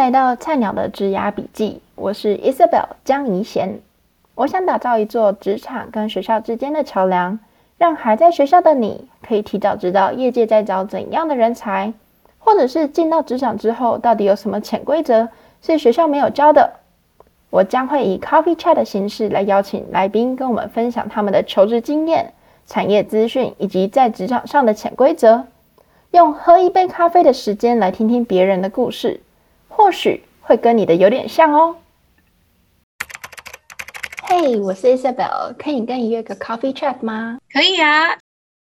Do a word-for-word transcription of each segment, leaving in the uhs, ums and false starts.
来到菜鸟的职涯笔记，我是 Isabel 江怡贤。我想打造一座职场跟学校之间的桥梁，让还在学校的你可以提早知道业界在找怎样的人才，或者是进到职场之后到底有什么潜规则是学校没有教的。我将会以 Coffee Chat 的形式来邀请来宾跟我们分享他们的求职经验、产业资讯以及在职场上的潜规则，用喝一杯咖啡的时间来听听别人的故事，或许会跟你的有点像哦。嘿、hey, 我是 Isabel， 可以跟你约个 Coffee Chat 吗？ 可以啊。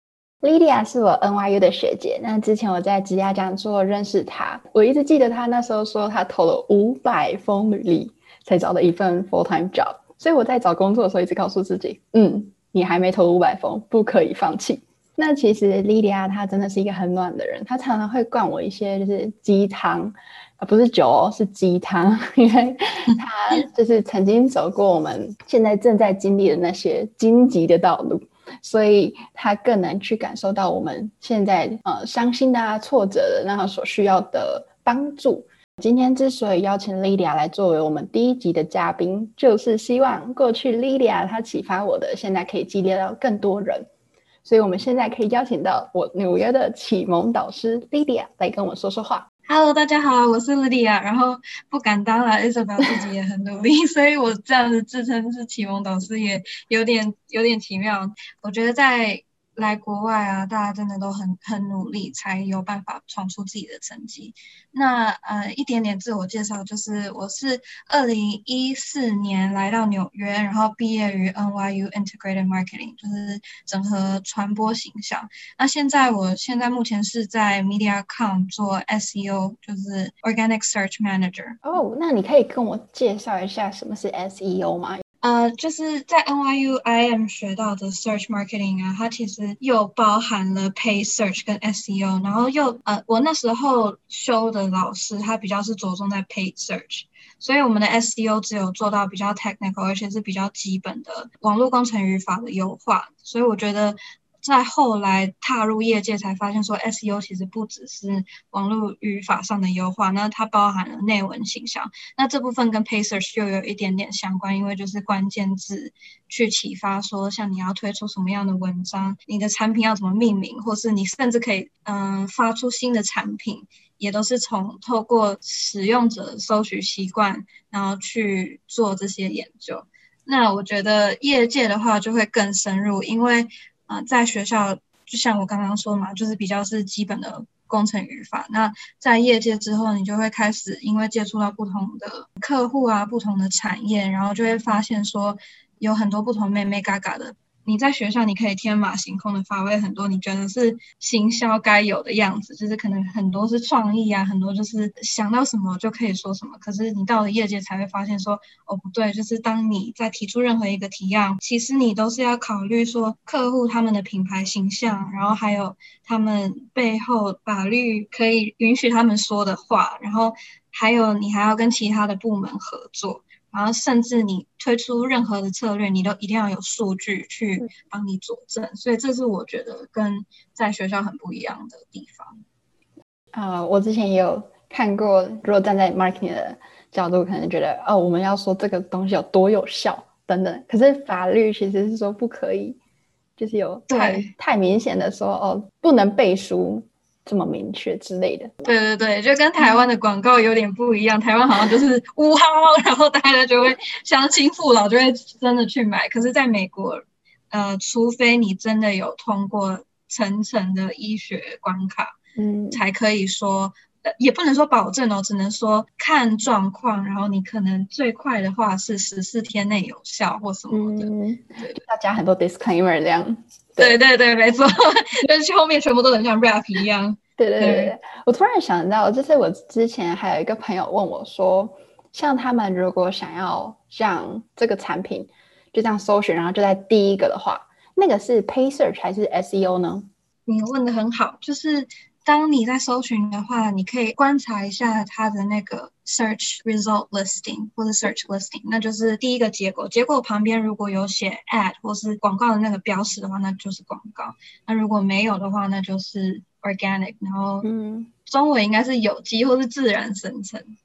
Lydia 是我 N Y U 的学姐，那之前我在职涯讲座认识她，我一直记得她那时候说她投了五百封履历才找到一份 full-time job， 所以我在找工作的时候一直告诉自己，嗯，你还没投五百封，不可以放弃。那其实 Lydia 她真的是一个很暖的人，她常常会灌我一些就是鸡汤，呃，不是酒哦，是鸡汤，因为她就是曾经走过我们现在正在经历的那些荆棘的道路，所以她更能去感受到我们现在呃伤心的啊、挫折的那所需要的帮助。今天之所以邀请 Lydia 来作为我们第一集的嘉宾，就是希望过去 Lydia 她启发我的，现在可以激励到更多人。所以我们现在可以邀请到我纽约的启蒙导师 Lydia 来跟我说说话。 Hello， 大家好，我是 Lydia， 然后不敢当了 Isabel 自己也很努力，所以我这样子自称是启蒙导师也有点有点奇妙。我觉得在来国外啊，大家真的都很很努力，才有办法闯出自己的成绩。那呃，一点点自我介绍，就是我是二零一四年来到纽约，然后毕业于 N Y U Integrated Marketing， 就是整合传播形象。那现在我现在目前是在 MediaCom 做 S E O， 就是 Organic Search Manager。 哦，那你可以跟我介绍一下什么是 S E O 吗？ 呃，就是在 N Y U I M 学到的 Search Marketing 啊，它其实又包含了 Paid Search 跟 S E O， 然后又呃，我那时候修的老师他比较是着重在 Paid Search， 所以我们的 S E O 只有做到比较 technical， 而且是比较基本的网络工程语法的优化，所以我觉得在后来踏入业界才发现说 S E O 其实不只是网络语法上的优化，那它包含了内文形象，那这部分跟 Paid Search 又有一点点相关，因为就是关键字去启发说像你要推出什么样的文章，你的产品要怎么命名，或是你甚至可以嗯、呃、发出新的产品，也都是从透过使用者搜寻习惯然后去做这些研究。那我觉得业界的话就会更深入，因为呃，在学校就像我刚刚说嘛，就是比较是基本的工程语法。那在业界之后，你就会开始因为接触到不同的客户啊，不同的产业，然后就会发现说有很多不同妹妹嘎嘎的。你在学校你可以天马行空的发挥很多你觉得是行销该有的样子，就是可能很多是创意啊，很多就是想到什么就可以说什么，可是你到了业界才会发现说哦不对，就是当你在提出任何一个提案，其实你都是要考虑说客户他们的品牌形象，然后还有他们背后法律可以允许他们说的话，然后还有你还要跟其他的部门合作，然后甚至你推出任何的策略，你都一定要有数据去帮你佐证，所以这是我觉得跟在学校很不一样的地方。 呃，我之前也有看过，如果站在 marketing 的角度，可能觉得哦，我们要说这个东西有多有效等等，可是法律其实是说不可以，就是有太太明显的说哦，不能背书这么明确之类的。 对对对，就跟台湾的广告有点不一样，台湾好像就是五号，然后大家就会乡亲父老就会真的去买，可是在美国呃，除非你真的有通过层层的医学关卡， 嗯， 才可以说呃，也不能说保证哦，只能说看状况，然后你可能最快的话是十四天内有效或什么的。 嗯，对，要加很多 disclaimer 这样。 对对对，没错，就是后面全部都很像 rap 一样。 对对 对, 对，我突然想到，就是我之前还有一个朋友问我说，像他们如果想要让这个产品就这样搜寻，然后就在第一个的话，那个是 Paid Search 还是 S E O 呢？ 你问得很好，就是当你在搜寻的话，你可以观察一下它的那个 search result listing 或者 search listing， 那就是第一个结果，结果旁边如果有写 ad 或是广告的那个标识的话，那就是广告，那如果没有的话，那就是 organic， 然后中文应该是有机或是自然生成。对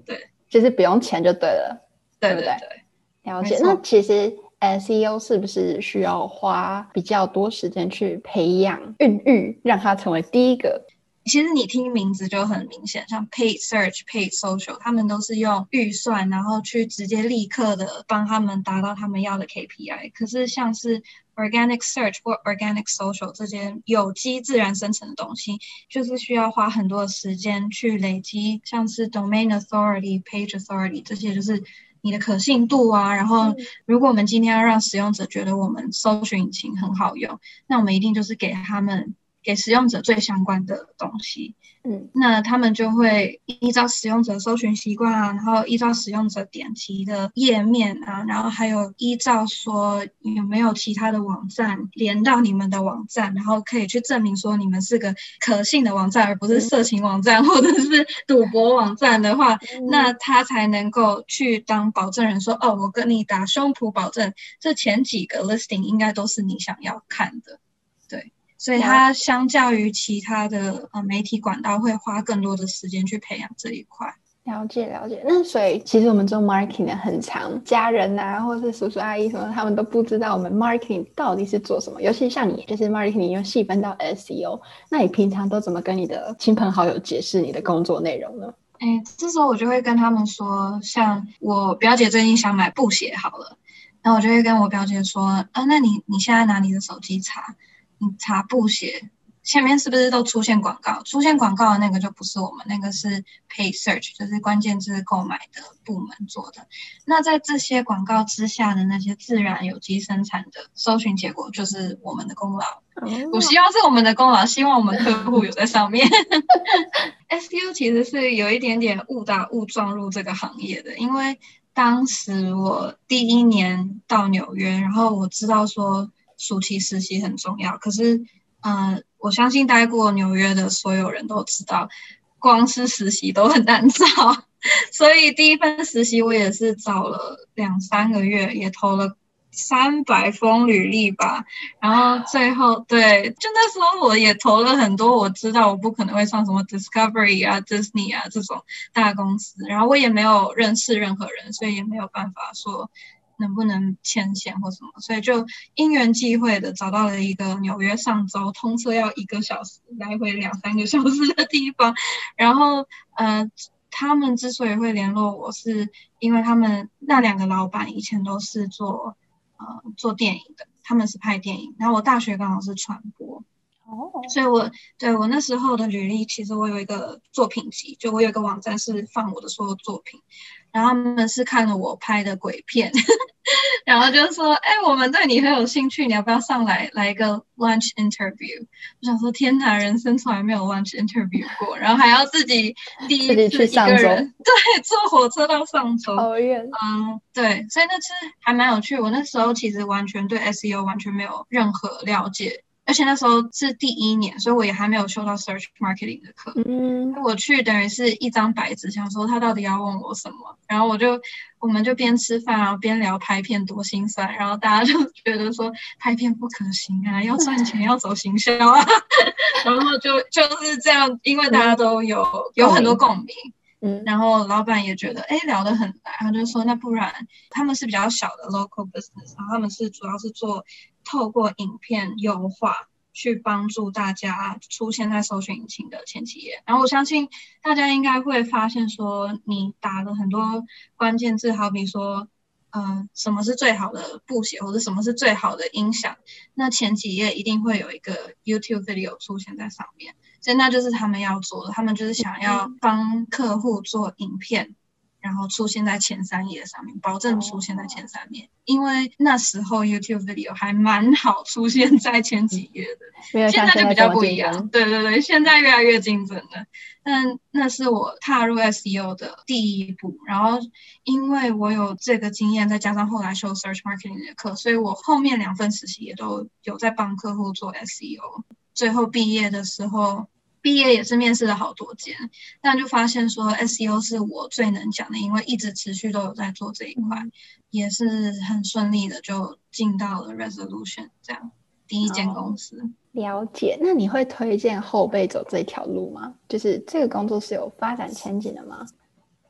就是不用钱就对了， 对对不对？ 对对， 了解。那其实 S E O 是不是需要花比较多时间去培养、孕育，让它成为第一个？ 其实你听名字就很明显，像 paid search、paid social， 他们都是用预算，然后去直接立刻的帮他们达到他们要的 K P I。可是像是 organic search 或 organic social 这些有机自然生成的东西，就是需要花很多的时间去累积，像是 domain authority、page authority 这些，就是你的可信度啊。然后如果我们今天要让使用者觉得我们搜寻引擎很好用，那我们一定就是给他们给使用者最相关的东西，嗯，那他们就会依照使用者搜寻习惯啊，然后依照使用者点击的页面啊，然后还有依照说有没有其他的网站连到你们的网站，然后可以去证明说你们是个可信的网站，而不是色情网站或者是赌博网站的话，嗯，那他才能够去当保证人说，哦，我跟你打胸脯保证，这前几个 listing 应该都是你想要看的，对。所以它相较于其他的呃媒体管道会花更多的时间去培养这一块。 了解了解。那所以其实我们做 marketing 的很常家人啊或是叔叔阿姨什么他们都不知道我们 marketing 到底是做什么，尤其像你就是 marketing 又细分到 S E O， 那你平常都怎么跟你的亲朋好友解释你的工作内容呢？ 诶，这时候我就会跟他们说，像我表姐最近想买布鞋好了，然后我就会跟我表姐说，啊，那你你现在拿你的手机查，你查布鞋前面是不是都出现广告？出现广告的那个就不是我们，那个是 paid search， 就是关键字购买的部门做的。那在这些广告之下的那些自然有机生产的搜寻结果，就是我们的功劳。哦，我希望是我们的功劳，希望我们客户有在上面。S E O 其实是有一点点误打误撞入这个行业的，因为当时我第一年到纽约，然后我知道说暑期实习很重要，可是呃，我相信待过纽约的所有人都知道，光是实习都很难找，所以第一份实习我也是找了两三个月，也投了三百封履历吧，然后最后对，就那时候我也投了很多，我知道我不可能会上什么 Discovery 啊、Disney 啊这种大公司，然后我也没有认识任何人，所以也没有办法说能不能牵线或什么，所以就因缘际会的找到了一个纽约上州通车要一个小时，来回两三个小时的地方，然后呃。他们之所以会联络我，是因为他们那两个老板以前都是做呃做电影的，他们是拍电影，然后我大学刚好是传播，哦，所以我对我那时候的履历，其实我有一个作品集，就我有一个网站是放我的所有作品，然后他们是看了我拍的鬼片，然后就说，哎、欸，我们对你很有兴趣，你要不要上来来一个 lunch interview？ 我想说，天哪，人生从来没有 lunch interview 过，然后还要自己第一次一个人，对，坐火车到上州， 好远， 嗯，对，所以那次还蛮有趣。我那时候其实完全对 S E O 完全没有任何了解。而且那时候是第一年，所以我也还没有修到 search marketing 的课。嗯，我去等于是一张白纸，想说他到底要问我什么，然后我就我们就边吃饭然后边聊拍片多心酸，然后大家就觉得说拍片不可行啊，要赚钱要走行销啊，然后就就是这样，因为大家都有有很多共鸣。嗯，然后老板也觉得，哎，聊得很来，他就说，那不然他们是比较小的 local business， 然后他们是主要是做透过影片优化去帮助大家出现在搜寻引擎的前几页。然后我相信大家应该会发现说，你打了很多关键字，好比说，嗯、呃，什么是最好的布鞋，或者什么是最好的音响，那前几页一定会有一个 YouTube video 出现在上面。所以那就是他们要做的，他们就是想要帮客户做影片，然后出现在前三页上面，保证出现在前三页。因为那时候 YouTube video 还蛮好出现在前几页的，现在就比较不一样。对对对，现在越来越精准了。但那是我踏入 S E O 的第一步，然后因为我有这个经验，再加上后来修 Search Marketing 的课，所以我后面两份实习也都有在帮客户做 S E O。最后毕业的时候，毕业也是面试了好多间，但就发现说 S E O 是我最能讲的，因为一直持续都有在做这一块，也是很顺利的就进到了 Resolution 这样第一间公司。哦， 了解。那你会推荐后辈走这条路吗？就是这个工作是有发展前景的吗？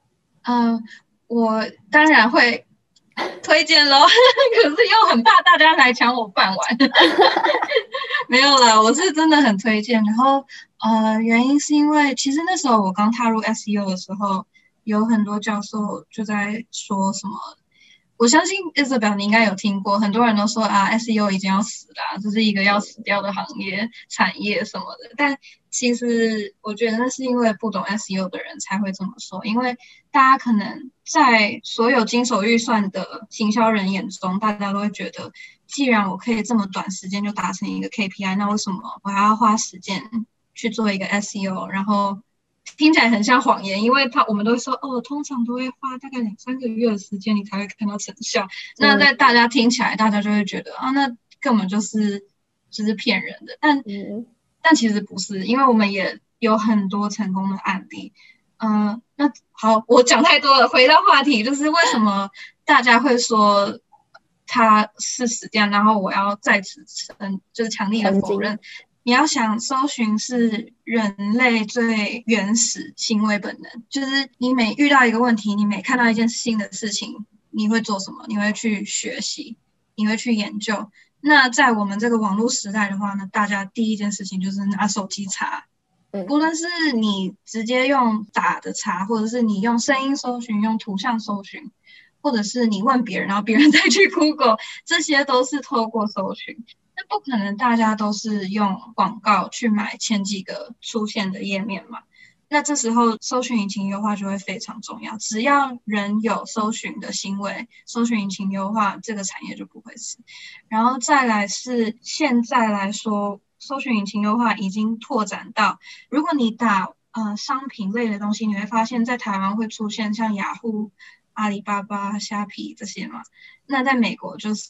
嗯，我当然会推荐咯，可是又很怕大家来抢我饭碗。没有啦，我是真的很推荐。然后呃，原因是因为其实那时候我刚踏入 S E O 的时候，有很多教授就在说什么。我相信 Isabel 你应该有听过，很多人都说啊 S E O 已经要死了啊，这是一个要死掉的行业产业什么的。但其实我觉得那是因为不懂 S E O 的人才会这么说，因为大家可能在所有经手预算的行销人眼中，大家都会觉得，既然我可以这么短时间就达成一个 K P I， 那为什么我还要花时间去做一个 S E O， 然后听起来很像谎言，因为他我们都会说哦，通常都会花大概两三个月的时间，你才会看到成效。那在大家听起来，大家就会觉得啊，那根本就是就是骗人的。但、嗯、但其实不是，因为我们也有很多成功的案例。嗯、呃，那好，我讲太多了，回到话题，就是为什么大家会说他是死掉，然后我要在此嗯，就是强力的否认。你要想，搜寻是人类最原始行为本能，就是你每遇到一个问题，你每看到一件新的事情，你会做什么？你会去学习，你会去研究。那在我们这个网络时代的话呢，大家第一件事情就是拿手机查，无论是你直接用打的查，或者是你用声音搜寻，用图像搜寻，或者是你问别人，然后别人再去 Google， 这些都是透过搜寻。那不可能大家都是用广告去买前几个出现的页面嘛，那这时候搜寻引擎优化就会非常重要。只要人有搜寻的行为，搜寻引擎优化这个产业就不会死。然后再来是现在来说，搜寻引擎优化已经拓展到，如果你打呃商品类的东西，你会发现在台湾会出现像雅虎、阿里巴巴、虾皮这些嘛，那在美国就是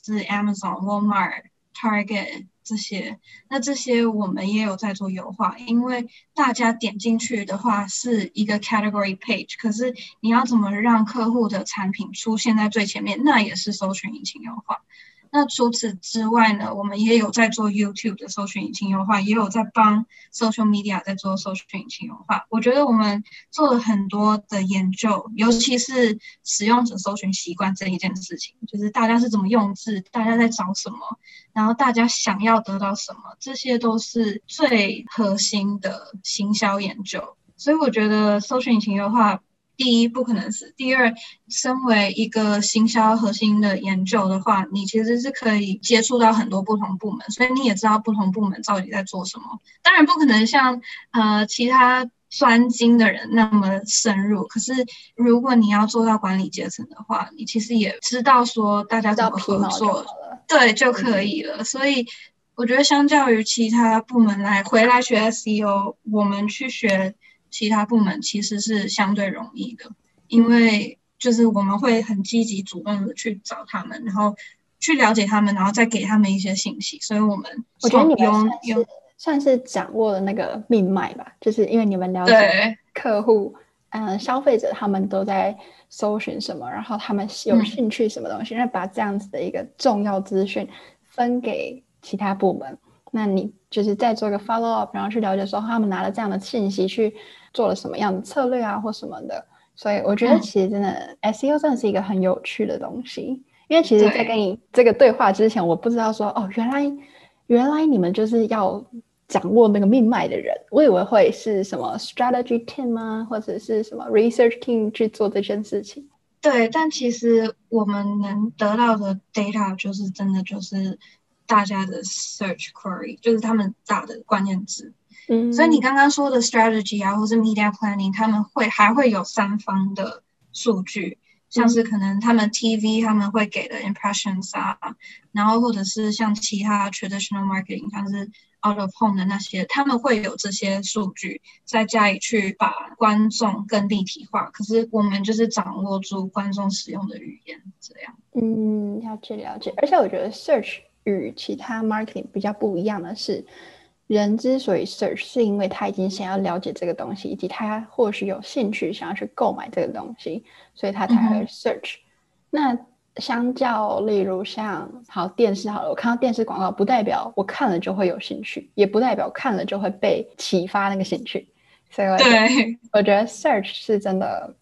Amazon、Walmart、Target 这些，那这些我们也有在做优化，因为大家点进去的话是一个 category page， 可是你要怎么让客户的产品出现在最前面，那也是搜寻引擎优化。那除此之外呢，我们也有在做 YouTube 的搜寻引擎优化，也有在帮 social media 在做搜寻引擎优化。我觉得我们做了很多的研究，尤其是使用者搜寻习惯这一件事情，就是大家是怎么用字，大家在找什么，然后大家想要得到什么，这些都是最核心的行销研究。所以我觉得搜寻引擎优化第一不可能是，第二身为一个行销核心的研究的话，你其实是可以接触到很多不同部门，所以你也知道不同部门到底在做什么。当然不可能像呃其他专精的人那么深入，可是如果你要做到管理阶层的话，你其实也知道说大家怎么合作，对就可以了。所以我觉得相较于其他部门来回来学 S E O， 我们去学其他部门其实是相对容易的，因为就是我们会很积极主动的去找他们，然后去了解他们，然后再给他们一些信息。所以我们我觉得你们算是算是掌握了那个命脉吧，就是因为你们了解客户嗯，消费者他们都在搜寻什么，然后他们有兴趣什么东西，那、嗯、把这样子的一个重要资讯分给其他部门，那你就是再做一个 follow up， 然后去了解说他们拿了这样的信息去做了什么样的策略啊或什么的。所以我觉得其实真的、嗯、S E O 真的是一个很有趣的东西，因为其实在跟你这个对话之前，我不知道说哦，原来原来你们就是要掌握那个命脉的人，我以为会是什么 strategy team 啊，或者是什么 research team 去做这件事情。 对，但其实我们能得到的 data 就是真的就是大家的 search query， 就是他们打的关键字。嗯，所以你刚刚说的 strategy 啊，或是 media planning， 他们会还会有三方的数据，像是可能他们 T V 他们会给的 impressions 啊，然后或者是像其他 traditional marketing， 像是 out of home 的那些，他们会有这些数据再加以去把观众更立体化。可是我们就是掌握住观众使用的语言，这样。 嗯，了解了解。而且我觉得 search 与其他 marketing 比较不一样的是，人之所以 search 是因为他已经想要了解这个东西，以及他或许有兴趣想要去购买这个东西，所以他才会 search、嗯、那相较例如像好电视好了，我看到电视广告不代表我看了就会有兴趣，也不代表看了就会被启发那个兴趣，所以我觉得, 我觉得 search 是真的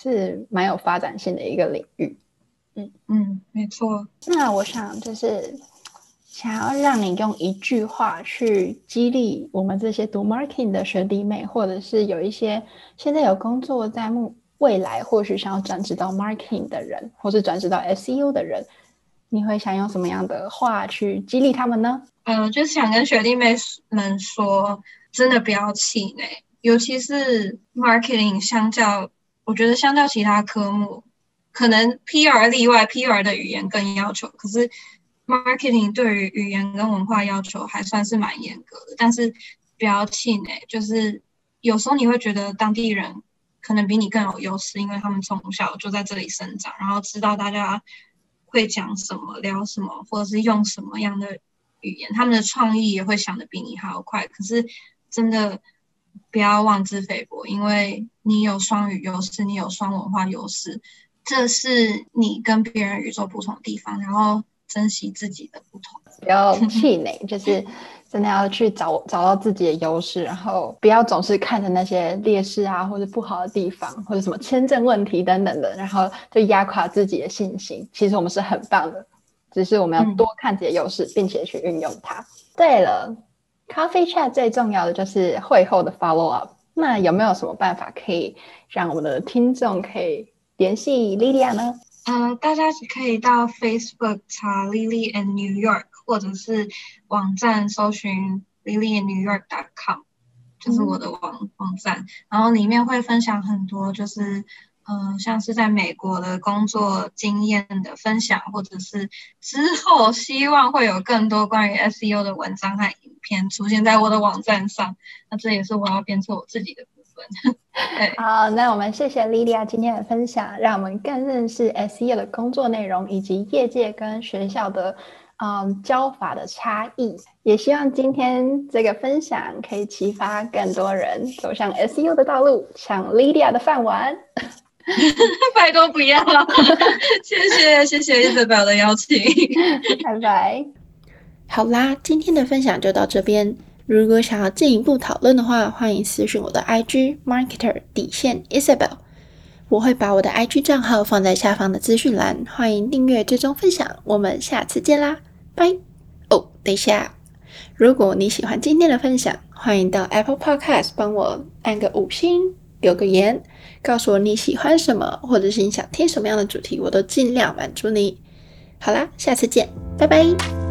是蛮有发展性的一个领域。 嗯嗯，没错。 那我想就是想要让你用一句话去激励我们这些读 marketing 的学弟妹，或者是有一些现在有工作在未来或许想要转职到 marketing 的人，或是转职到 S E O 的人，你会想用什么样的话去激励他们呢？ 呃，就是想跟学弟妹们说，真的不要气馁，尤其是 marketing 相较，我觉得相较其他科目，可能 P R 例外 ，P R 的语言更要求，可是 marketing 对于语言跟文化要求还算是蛮严格的。但是不要气馁，就是有时候你会觉得当地人可能比你更有优势，因为他们从小就在这里生长，然后知道大家会讲什么、聊什么，或者是用什么样的语言，他们的创意也会想得比你还要快。可是真的不要妄自菲薄，因为你有双语优势，你有双文化优势，这是你跟别人与众不同的地方，然后珍惜自己的不同， 不要气馁就是真的要去找找到自己的优势，然后不要总是看着那些劣势啊，或者不好的地方，或者什么签证问题等等的，然后就压垮自己的信心。其实我们是很棒的，只是我们要多看自己的优势、嗯、并且去运用它。对了， Coffee Chat 最重要的就是会后的 follow up， 那有没有什么办法可以让我们的听众可以联系 Lilia 呢？ 呃，大家可以到 Facebook 查 Lily in New York， 或者是网站搜寻 lily in new york dot com， 就是我的网、嗯、网站，然后里面会分享很多就是嗯、呃，像是在美国的工作经验的分享，或者是之后希望会有更多关于 S E O 的文章和影片出现在我的网站上，那这也是我要鞭策我自己的部分。 好，那我们谢谢 Lilia 今天的分享，让我们更认识 S E O 的工作内容以及业界跟学校的嗯教法的差异，也希望今天这个分享可以启发更多人走向 S E O 的道路，抢 Lilia 的饭碗。 拜托不要谢谢谢谢 Isabel 的邀请拜拜。 好啦，今天的分享就到这边，如果想要进一步讨论的话，欢迎私讯我的 I G marketer 底线 Isabel， 我会把我的 I G 账号放在下方的资讯栏，欢迎订阅追踪分享，我们下次见啦，拜。哦，等一下，如果你喜欢今天的分享，欢迎到 Apple Podcast 帮我按个五星，留个言，告诉我你喜欢什么，或者是你想听什么样的主题，我都尽量满足你。好啦，下次见，拜拜。